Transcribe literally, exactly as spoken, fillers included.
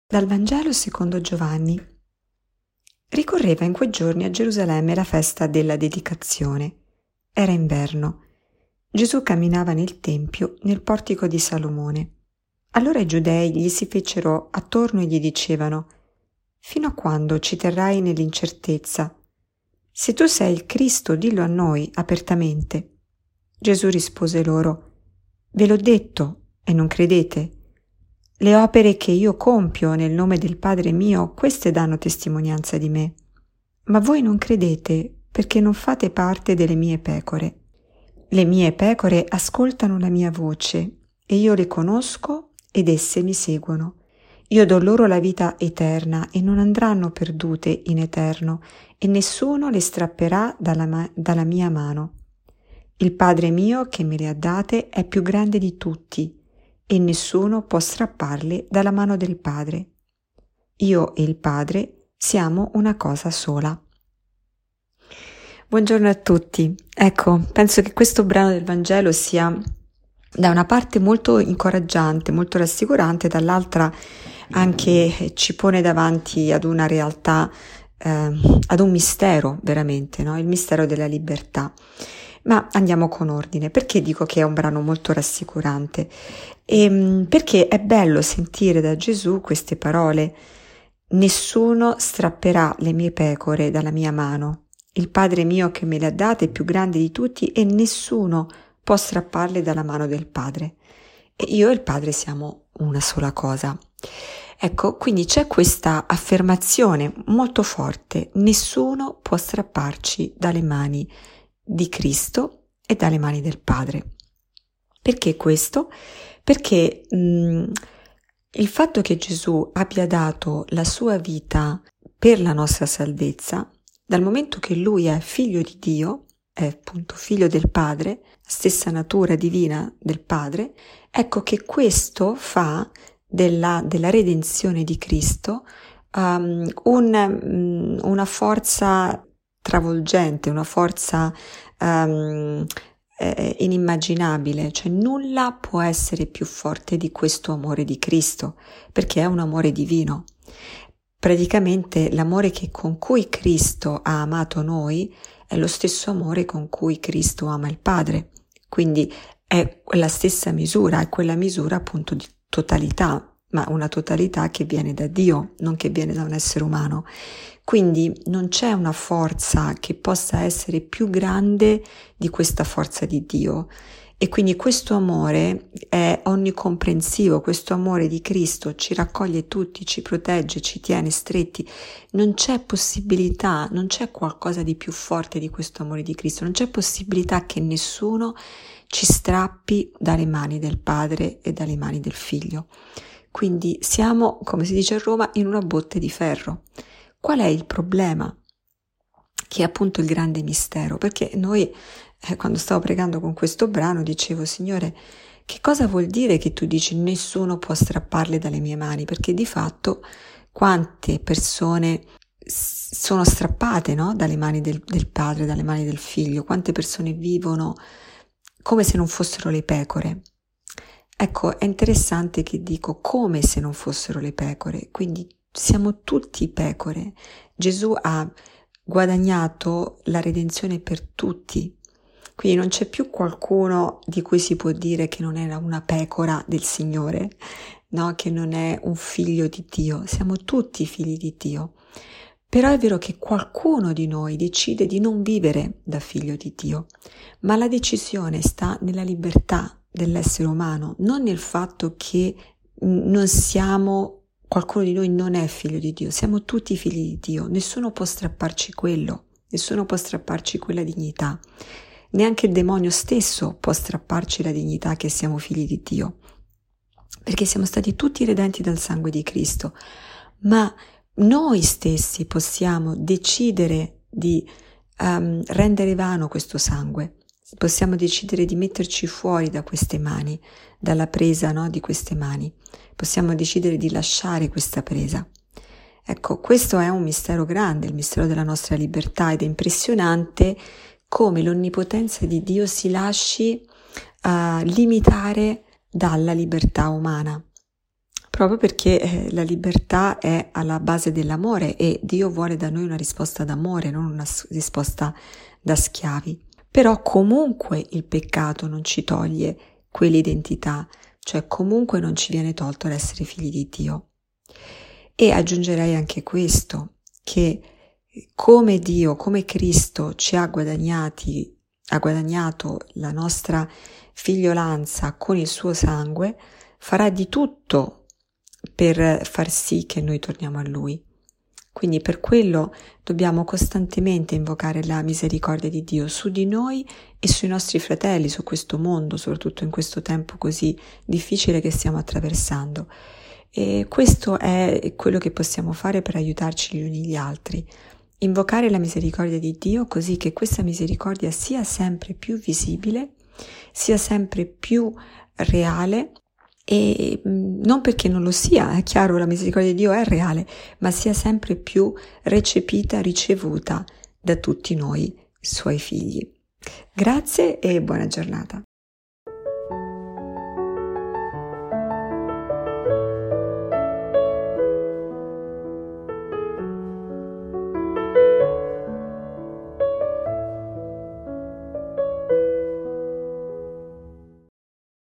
Dal Vangelo secondo Giovanni. Ricorreva in quei giorni a Gerusalemme la festa della dedicazione. Era inverno. Gesù camminava nel Tempio, nel portico di Salomone. Allora i giudei gli si fecero attorno e gli dicevano: «Fino a quando ci terrai nell'incertezza? Se tu sei il Cristo, dillo a noi apertamente». Gesù rispose loro: «Ve l'ho detto e non credete? Le opere che io compio nel nome del Padre mio, queste danno testimonianza di me. Ma voi non credete perché non fate parte delle mie pecore. Le mie pecore ascoltano la mia voce e io le conosco ed esse mi seguono. Io do loro la vita eterna e non andranno perdute in eterno e nessuno le strapperà dalla, ma- dalla mia mano. Il Padre mio che me le ha date è più grande di tutti e nessuno può strapparle dalla mano del Padre. Io e il Padre siamo una cosa sola». Buongiorno a tutti. Ecco, penso che questo brano del Vangelo sia da una parte molto incoraggiante, molto rassicurante, dall'altra anche ci pone davanti ad una realtà, eh, ad un mistero veramente, no? Il mistero della libertà. Ma andiamo con ordine. Perché dico che è un brano molto rassicurante? E, perché è bello sentire da Gesù queste parole: nessuno strapperà le mie pecore dalla mia mano. Il Padre mio che me le ha date è più grande di tutti e nessuno può strapparle dalla mano del Padre. E io e il Padre siamo una sola cosa. Ecco, quindi c'è questa affermazione molto forte: nessuno può strapparci dalle mani di Cristo e dalle mani del Padre. Perché questo? Perché mh, il fatto che Gesù abbia dato la sua vita per la nostra salvezza, dal momento che Lui è figlio di Dio, è appunto figlio del Padre, stessa natura divina del Padre, ecco che questo fa della, della redenzione di Cristo um, un, um, una forza travolgente, una forza um, eh, inimmaginabile, cioè nulla può essere più forte di questo amore di Cristo, perché è un amore divino. Praticamente l'amore che, con cui Cristo ha amato noi è lo stesso amore con cui Cristo ama il Padre, quindi è la stessa misura, è quella misura appunto di totalità, ma una totalità che viene da Dio, non che viene da un essere umano. Quindi non c'è una forza che possa essere più grande di questa forza di Dio. E quindi questo amore è onnicomprensivo, questo amore di Cristo ci raccoglie tutti, ci protegge, ci tiene stretti. Non c'è possibilità, non c'è qualcosa di più forte di questo amore di Cristo, non c'è possibilità che nessuno ci strappi dalle mani del Padre e dalle mani del Figlio. Quindi siamo, come si dice a Roma, in una botte di ferro. Qual è il problema? Che è appunto il grande mistero, perché noi eh, quando stavo pregando con questo brano dicevo: Signore, che cosa vuol dire che tu dici nessuno può strapparle dalle mie mani? Perché di fatto quante persone sono strappate, no? Dalle mani del, del Padre, dalle mani del Figlio, quante persone vivono come se non fossero le pecore. Ecco, è interessante che dico come se non fossero le pecore, quindi siamo tutti pecore. Gesù ha guadagnato la redenzione per tutti, quindi non c'è più qualcuno di cui si può dire che non era una pecora del Signore, no? Che non è un figlio di Dio. Siamo tutti figli di Dio, però è vero che qualcuno di noi decide di non vivere da figlio di Dio, ma la decisione sta nella libertà dell'essere umano, non nel fatto che non siamo, qualcuno di noi non è figlio di Dio, siamo tutti figli di Dio, nessuno può strapparci quello, nessuno può strapparci quella dignità, neanche il demonio stesso può strapparci la dignità che siamo figli di Dio, perché siamo stati tutti redenti dal sangue di Cristo, ma noi stessi possiamo decidere di um, rendere vano questo sangue. Possiamo decidere di metterci fuori da queste mani, dalla presa, no, di queste mani. Possiamo decidere di lasciare questa presa. Ecco, questo è un mistero grande, il mistero della nostra libertà, ed è impressionante come l'onnipotenza di Dio si lasci uh, limitare dalla libertà umana. proprio perché eh, la libertà è alla base dell'amore e Dio vuole da noi una risposta d'amore, non una s- risposta da schiavi. Però comunque il peccato non ci toglie quell'identità, cioè comunque non ci viene tolto l'essere figli di Dio. E aggiungerei anche questo, che come Dio, come Cristo ci ha guadagnati, ha guadagnato la nostra figliolanza con il suo sangue, farà di tutto per far sì che noi torniamo a Lui. Quindi per quello dobbiamo costantemente invocare la misericordia di Dio su di noi e sui nostri fratelli, su questo mondo, soprattutto in questo tempo così difficile che stiamo attraversando. E questo è quello che possiamo fare per aiutarci gli uni gli altri. Invocare la misericordia di Dio così che questa misericordia sia sempre più visibile, sia sempre più reale, e non perché non lo sia, è chiaro, la misericordia di Dio è reale, ma sia sempre più recepita, ricevuta da tutti noi, suoi figli. Grazie e buona giornata.